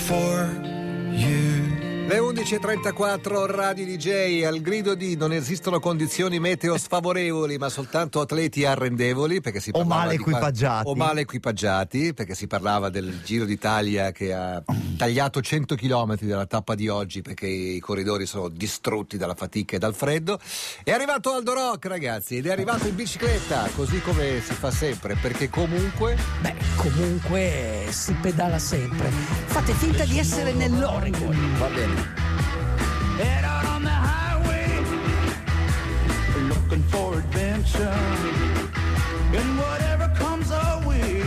for you. Le 11.34 Radio DJ, al grido di non esistono condizioni meteo sfavorevoli ma soltanto atleti arrendevoli, perché si parlava o male equipaggiati, perché si parlava del Giro d'Italia che ha tagliato 100 km dalla tappa di oggi perché i corridori sono distrutti dalla fatica e dal freddo. È arrivato Aldo Rock, ragazzi, ed è arrivato in bicicletta, così come si fa sempre, perché comunque si pedala sempre. Fate finta di essere nell'Oregon. Va bene. Head out on the highway, looking for adventure, and whatever comes our way.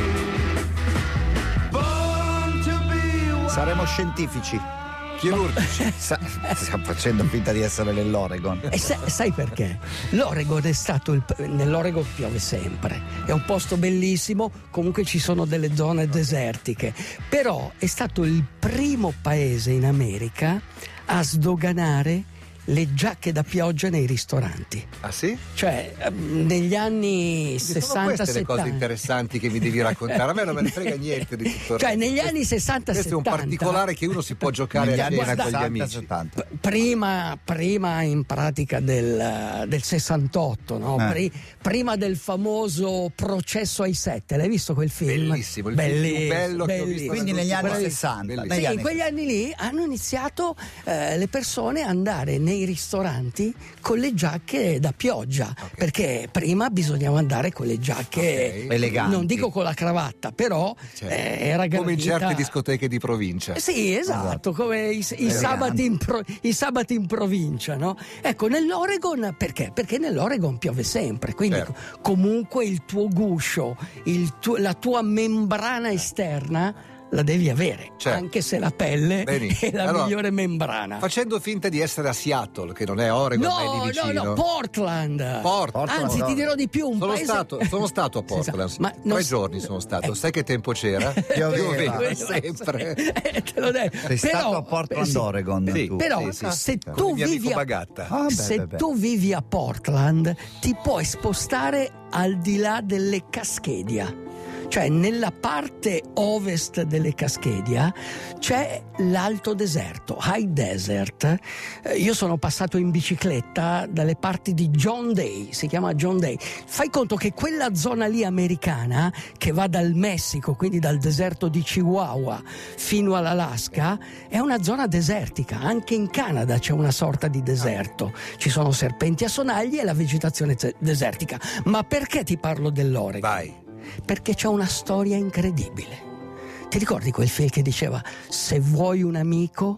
Born to be wild. Saremo scientifici, chirurgici. stiamo facendo finta di essere nell'Oregon. E sai perché? L'Oregon è stato nell'Oregon piove sempre, è un posto bellissimo, comunque ci sono delle zone desertiche, però è stato il primo paese in America a sdoganare le giacche da pioggia nei ristoranti. Ah sì? Cioè negli anni 60-70. Sono queste le cose interessanti che mi devi raccontare. A me non me ne frega niente di tutto il cioè resto. negli anni 60-70. Questo è un particolare che uno si può giocare Negli a anni cena con gli 60, amici. 70. Prima in pratica del 68, no? Prima del famoso Processo ai 7. L'hai visto quel film? Bellissimo, il film più bello che ho visto. Quindi negli anni 60. Sì, in quegli anni lì hanno iniziato le persone a andare nei ristoranti con le giacche da pioggia, perché prima bisognava andare con le giacche eleganti, non dico con la cravatta, però era come in gradita. certe discoteche di provincia. Sì, esatto, come i sabati in provincia, no? Ecco, nell'Oregon perché? Perché nell'Oregon piove sempre, quindi comunque il tuo guscio, la tua membrana esterna la devi avere, anche se la pelle è la migliore membrana. Facendo finta di essere a Seattle, che non è Oregon, ma è lì vicino. No, Portland. Anzi, ti dirò di più, sono stato a Portland, ma 3 giorni sono stato. Sai che tempo c'era? Pioveva sempre. Te lo detto. Sei stato a Portland, Oregon. Sì, tu. Però se tu vivi a Portland, ti puoi spostare al di là delle Cascadia. Cioè nella parte ovest delle Cascadia c'è l'alto deserto, high desert. Io sono passato in bicicletta dalle parti di John Day, si chiama John Day. Fai conto che quella zona lì americana che va dal Messico, quindi dal deserto di Chihuahua fino all'Alaska, è una zona desertica. Anche in Canada c'è una sorta di deserto, ci sono serpenti a sonagli e la vegetazione desertica. Ma perché ti parlo dell'Oregon? Vai. Perché c'è una storia incredibile. Ti ricordi quel film che diceva se vuoi un amico?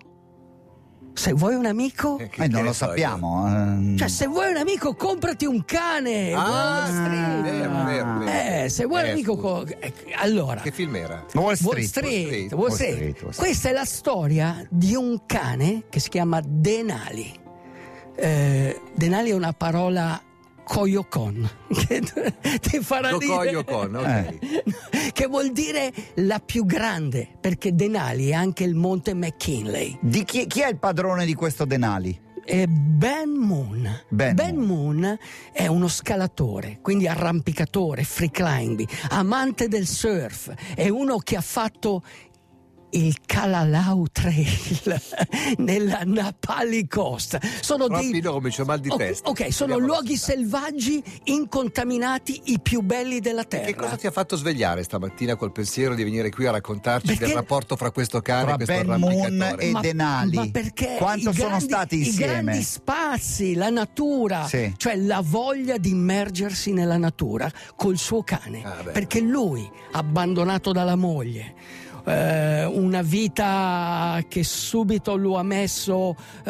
Non lo sappiamo. Cioè, se vuoi un amico, comprati un cane. Wall Street. Se vuoi un amico, allora. Che film era? Wall Street. Questa è la storia di un cane che si chiama Denali. Denali è una parola Koyokon che ti farà dire che vuol dire la più grande, perché Denali è anche il monte McKinley. Di chi è il padrone di questo Denali? Ben Moon. Ben Moon è uno scalatore, quindi arrampicatore, free climbing, amante del surf, è uno che ha fatto il Kalalau Trail nella Napali Coast. Sono troppi nomi, c'ho mal di testa. Ok, sono luoghi selvaggi incontaminati, i più belli della terra. Che cosa ti ha fatto svegliare stamattina col pensiero di venire qui a raccontarci del rapporto fra questo cane e questo arrampicatore? Ben Moon e Denali. Ma perché quanto sono stati insieme? I grandi spazi, la natura, cioè la voglia di immergersi nella natura col suo cane, perché lui, abbandonato dalla moglie, una vita che subito lo ha messo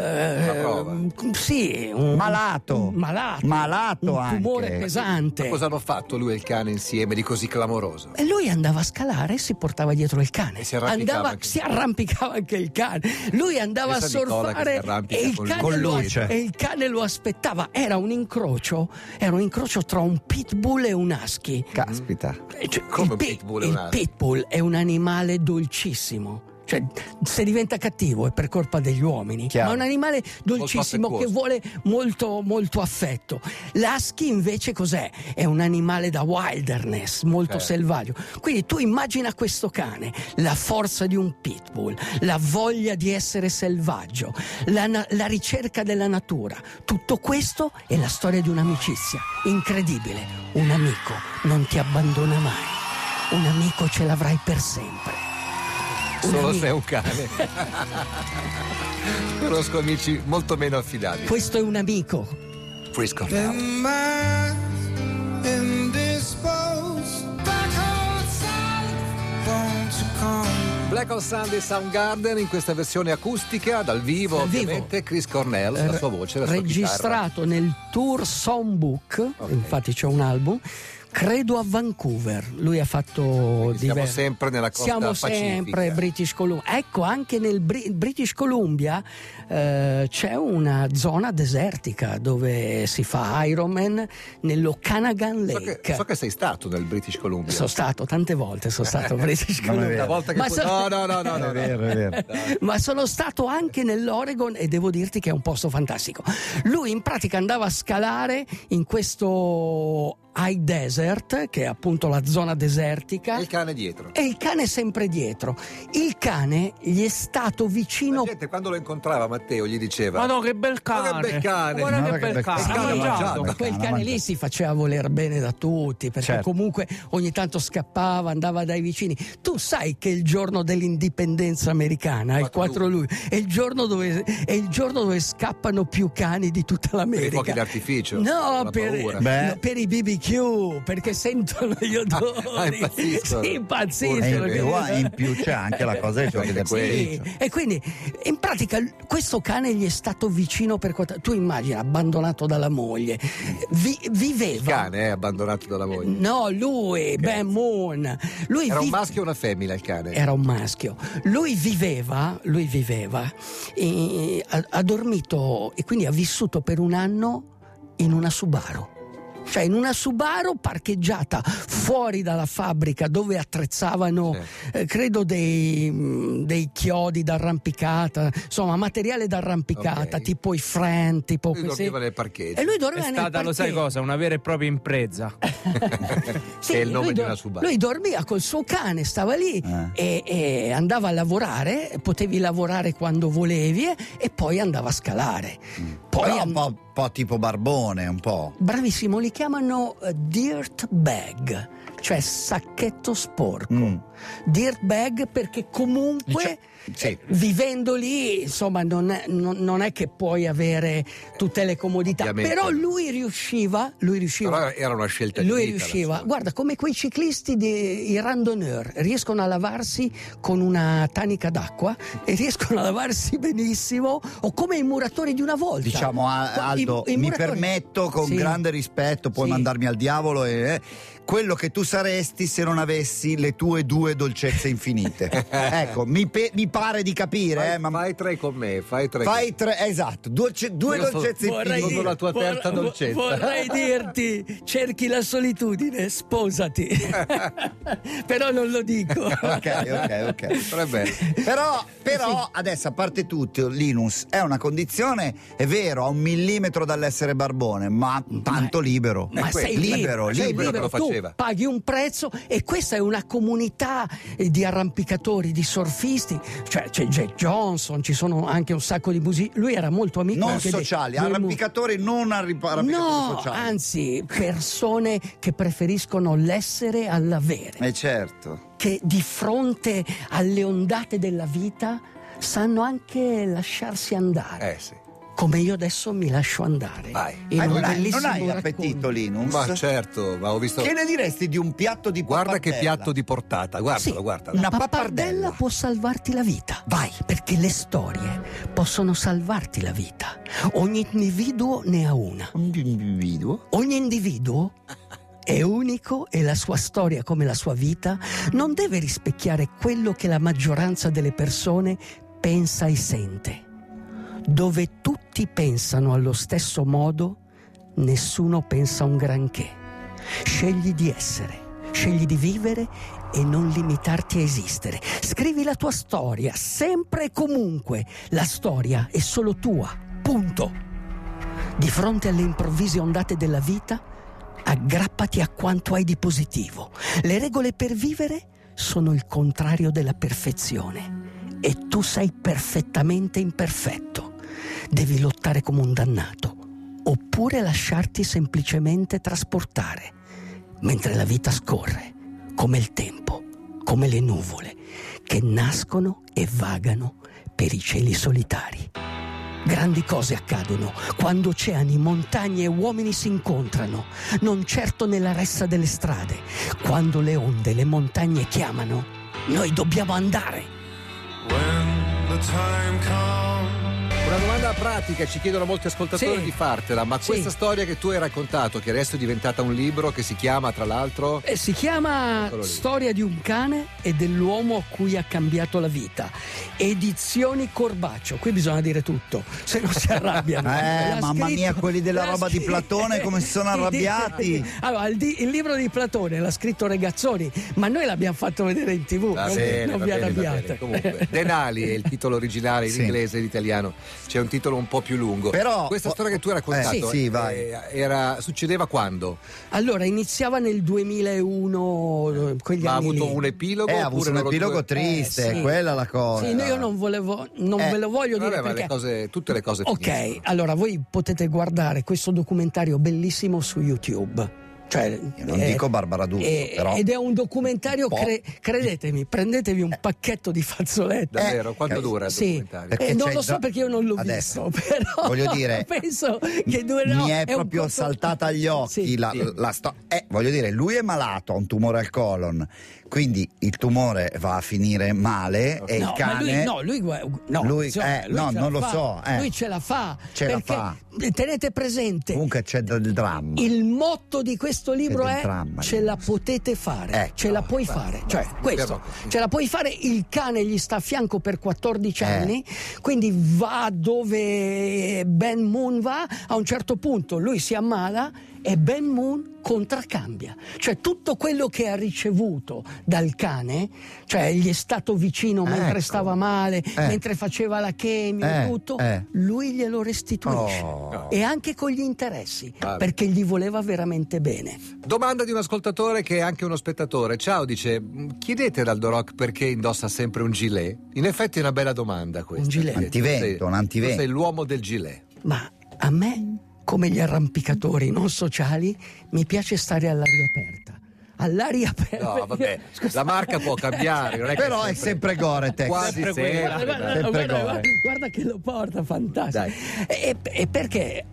malato un tumore anche. pesante. Ma cosa hanno fatto lui e il cane insieme di così clamoroso? E lui andava a scalare e si portava dietro il cane, si arrampicava anche il cane, lui andava a surfare e il cane lo aspettava. Era un incrocio tra un pitbull e un husky. Caspita. Come un pitbull e un husky? Il pitbull è un animale dolcissimo, Cioè, se diventa cattivo è per colpa degli uomini. Chiaro. Ma è un animale dolcissimo che vuole molto, molto affetto. L'husky invece cos'è? È un animale da wilderness, molto selvaggio. Quindi tu immagina questo cane, la forza di un pitbull, la voglia di essere selvaggio, la ricerca della natura. Tutto questo è la storia di un'amicizia incredibile. Un amico non ti abbandona mai. Un amico ce l'avrai per sempre. Solo se è un cane. Conosco amici molto meno affidabili. Questo è un amico. Chris Cornell. Black Hole Sun di Soundgarden in questa versione acustica dal vivo, ovviamente. Chris Cornell, la sua voce, la sua registrato nel Tour Songbook, infatti c'è un album. Credo a Vancouver, lui ha fatto siamo sempre nella costa Siamo pacifica. sempre British Columbia. Ecco, anche nel British Columbia c'è una zona desertica dove si fa Ironman, nell'Okanagan Lake. So che sei stato nel British Columbia. Sono stato tante volte, British Columbia. Una volta che Ma no. È vero. Ma sono stato anche nell'Oregon e devo dirti che è un posto fantastico. Lui in pratica andava a scalare in questo High Desert, che è appunto la zona desertica. E il cane dietro. E il cane sempre dietro. Il cane gli è stato vicino. La gente quando lo incontrava, Matteo, gli diceva: Ma no, che bel cane! Ma che bel cane! Guarda che bel cane! Il cane Ha mangiato. mangiato. Quel cane lì si faceva voler bene da tutti, perché Certo. comunque ogni tanto scappava, andava dai vicini. Tu sai che il giorno dell'indipendenza americana, il 4 luglio, è il giorno dove scappano più cani di tutta Per i l'America. fuochi d'artificio. No, la paura. per i BBQ, perché sentono gli odori. Impazziscono. Sì, impazziscono. E in più c'è anche la cosa dei giochi del Sì, e quindi in pratica questo cane gli è stato vicino per tu immagina, abbandonato dalla moglie, viveva. Il cane è abbandonato dalla moglie. No, lui, Ben Moon. Lui Era un maschio o una femmina il cane? Era un maschio. Lui viveva e ha dormito e quindi ha vissuto per un anno in una Subaru. Cioè in una Subaru parcheggiata fuori dalla fabbrica dove attrezzavano credo dei chiodi d'arrampicata, insomma materiale d'arrampicata, tipo i Fran, tipo Lui dormiva nel parcheggio. E lui È dormiva nel stata, lo sai parcheggio. cosa? Una vera e propria impresa. Sì, Che è il nome lui di una Subaru. Lui dormiva col suo cane, stava lì e andava a lavorare, potevi lavorare quando volevi e poi andava a scalare. Poi Però un po' tipo Barbone, un po'. Bravissimo, li chiamano dirt bag, cioè sacchetto sporco. Dirt bag perché comunque vivendo lì, insomma, non è che puoi avere tutte le comodità. Ovviamente. Però lui riusciva. Però era una scelta di Lui vita, riusciva, la sua. guarda, come quei ciclisti i randonneur riescono a lavarsi con una tanica d'acqua e riescono a lavarsi benissimo, o come i muratori di una volta. Diciamo, Aldo, I mi muratori- permetto con Sì. grande rispetto, puoi Sì. mandarmi al diavolo, quello che tu saresti se non avessi le tue 2 dolcezze infinite. Ecco, mi pare di capire, ma Fai 3 con me, fai 3. fai 3, esatto, 2 Io dolcezze vorrei infinite. dire- la tua terza dolcezza. Vorrei dirti, cerchi la solitudine, sposati. Però non lo dico. Ok. Tre bene. Però adesso, a parte tutto, Linus è una condizione, è vero, a 1 millimetro dall'essere barbone, ma tanto libero. Ma sei libero. sei quello che lo tu faceva. paghi un prezzo e questa è una comunità di arrampicatori, di surfisti, cioè c'è Jack Johnson, ci sono anche un sacco di musici. Lui era molto amico Non anche sociali, dei arrampicatori non arrampicatori no, sociali. anzi persone che preferiscono l'essere all'avere, Certo. che di fronte alle ondate della vita sanno anche lasciarsi andare, Sì. come io adesso mi lascio andare. Vai. in un Non bellissimo hai racconto. appetito, Linus? Ma certo, ma ho visto. Che ne diresti di un piatto di Guarda che pappardella? piatto di portata, guardalo, Sì, guardalo. Una la pappardella pappardella. può salvarti la vita. Vai, perché le storie possono salvarti la vita. Ogni individuo ne ha una. Un individuo? Ogni individuo è unico e la sua storia, come la sua vita, non deve rispecchiare quello che la maggioranza delle persone pensa e sente. Dove tutti pensano allo stesso modo, nessuno pensa un granché. Scegli di essere, scegli di vivere e non limitarti a esistere. Scrivi la tua storia, sempre e comunque. La storia è solo tua, punto. Di fronte alle improvvise ondate della vita, aggrappati a quanto hai di positivo. Le regole per vivere sono il contrario della perfezione e tu sei perfettamente imperfetto. Devi lottare come un dannato oppure lasciarti semplicemente trasportare mentre la vita scorre come il tempo, come le nuvole che nascono e vagano per i cieli solitari. Grandi cose accadono quando oceani, montagne e uomini si incontrano, non certo nella ressa delle strade. Quando le onde e le montagne chiamano, noi dobbiamo andare. When the time comes. Una domanda pratica, ci chiedono molti ascoltatori Sì. di fartela, ma Sì. questa storia che tu hai raccontato, che adesso è diventata un libro, che si chiama tra l'altro... Si chiama Eccolo lì. Storia di un cane e dell'uomo a cui ha cambiato la vita. Edizioni Corbaccio. Qui bisogna dire tutto, se no si arrabbiano. L'ha mamma mia, quelli della l'ha roba di Platone come si sono arrabbiati. Allora, il libro di Platone l'ha scritto Regazzoni, ma noi l'abbiamo fatto vedere in TV. Va non bene, non va vi bene, va arrabbiate. bene. Comunque, Denali è il titolo originale in Sì. inglese e in italiano. C'è un titolo un po' più lungo. Però- questa storia che tu hai raccontato sì, vai. succedeva quando? Allora, iniziava nel 2001, quegli Ma ha anni avuto lì. un epilogo? Ha avuto oppure un loro epilogo due- triste, sì. quella la cosa. Sì, no, io non ve lo voglio dire Vabbè, ma perché... tutte le cose Ok, finiscono. allora voi potete guardare questo documentario bellissimo su YouTube. Cioè, Io non dico Barbara D'Urso, però. Ed è un documentario, Un po'. credetemi, prendetevi un pacchetto di fazzoletti. Davvero? Quanto dura il Sì, documentario? Perché non c'è lo so già- perché io non l'ho Adesso, visto, però voglio dire, penso che durerà. mi è un proprio corto- saltata agli occhi Sì. la voglio dire, lui è malato, ha un tumore al colon, quindi il tumore va a finire male e No, il cane ma lui Lui- attenzione, lui no, ce non la lo fa. so, Lui ce la fa. Ce la perché fa. Tenete presente, comunque c'è del dramma. il motto di questo libro del è dramma, ce la potete fare, Ecco. ce la puoi fare, cioè questo, fermo. ce la puoi fare. Il cane gli sta a fianco per 14 anni, quindi va dove Ben Moon va. A un certo punto lui si ammala e Ben Moon contraccambia, cioè tutto quello che ha ricevuto dal cane, cioè gli è stato vicino mentre Ecco. stava male, mentre faceva la chemio e tutto, lui glielo restituisce Oh. e anche con gli interessi, Vabbè. perché gli voleva veramente bene. Domanda di un ascoltatore che è anche uno spettatore. Ciao, dice, chiedete ad Aldo Rock perché indossa sempre un gilet? In effetti è una bella domanda questa. Un gilet. Antivento, un antivento. Tu sei l'uomo del gilet. Ma a me, come gli arrampicatori non sociali, mi piace stare all'aria aperta. All'aria aperta. No, vabbè, la marca può cambiare, non è che Però è sempre Gore-Tex. quasi Sempre sempre. quella. Guarda, Sempre guarda, Gore. guarda che lo porta, fantastico. Dai. E perché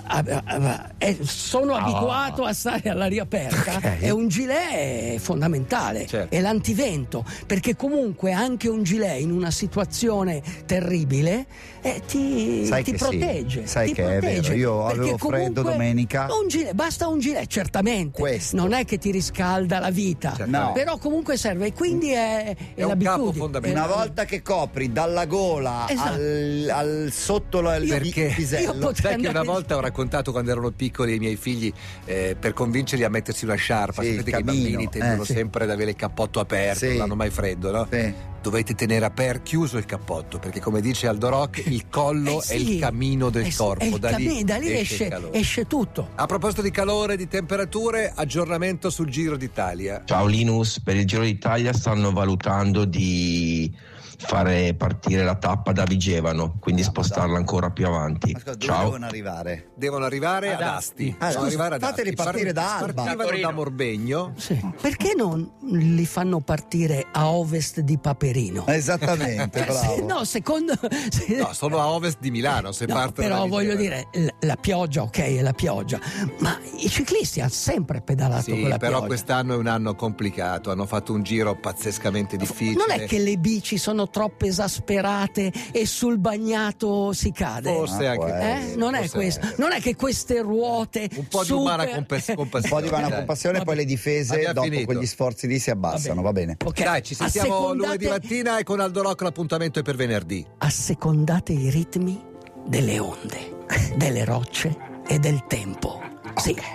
sono abituato a stare all'aria aperta, Ok. e un gilet è fondamentale, Certo. è l'antivento, perché comunque anche un gilet in una situazione terribile ti Sai che sì, protegge. sai ti che è protegge, vero. Io perché avevo freddo comunque domenica. Un gilet, basta un gilet, certamente. Questo. Non è che ti riscalda la vita, No. però comunque serve, e quindi è un l'abitudine. capo fondamentale. Una volta che copri dalla gola Esatto. al sotto il Perché? pisello. Io potrei Sai che una andare- volta ho raccontato quando erano piccoli i miei figli per convincerli a mettersi una sciarpa. Sì, Sapete il che i camino, bambini tendono sì. sempre ad avere il cappotto aperto, Sì. non hanno mai freddo, no? Sì. Dovete tenere chiuso il cappotto, perché come dice Aldo Rock, il collo è sì. il camino del Sì, corpo. è il Da lì, da lì esce il calore. esce tutto. A proposito di calore e di temperature, aggiornamento sul Giro d'Italia. Ciao Linus, per il Giro d'Italia stanno valutando di fare partire la tappa da Vigevano, quindi spostarla ancora più avanti. Ascolta, dove Ciao. devono arrivare? Devono arrivare ad Asti. Ah, Devono scusa, arrivare ad fateli Asti. partire da Alba. Partivano da Morbegno. Sì. Perché non li fanno partire a ovest di Paperino? Esattamente, bravo. No, secondo No, sono a ovest di Milano, se No, partono però da voglio Vigevano. dire, la pioggia, ok, è la pioggia, ma i ciclisti hanno sempre pedalato Sì, con la però pioggia. quest'anno è un anno complicato, hanno fatto un giro pazzescamente difficile. Non è che le bici sono troppo esasperate e sul bagnato si cade? Forse Ah, anche può questo, Non è forse questo. anche. Non è che queste ruote Un po' di super- umana Un po' di dai. vana compassione, poi le difese Abbiamo dopo finito. quegli sforzi lì si abbassano, va bene. Ok. Dai, ci sentiamo Assecondate- lunedì mattina e con Aldo Rock l'appuntamento è per venerdì. Assecondate i ritmi delle onde, delle rocce e del tempo. Sì,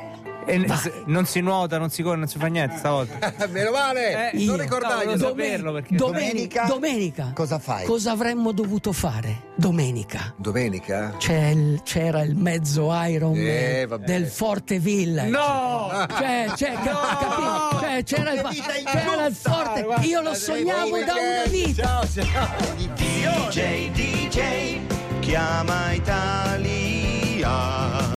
Non si nuota, non si corre, non si fa niente stavolta. Meno male, Io. non ricordarglielo. Cavolo, saperlo, perché- Domenica. Cosa fai? Cosa avremmo dovuto fare? Domenica. Domenica? C'era il mezzo Iron vabbè. del Forte Village. No! Capito? Cioè, c'era il Forte. Io lo sognavo da una vita. Ciao. DJ, chiama Italia.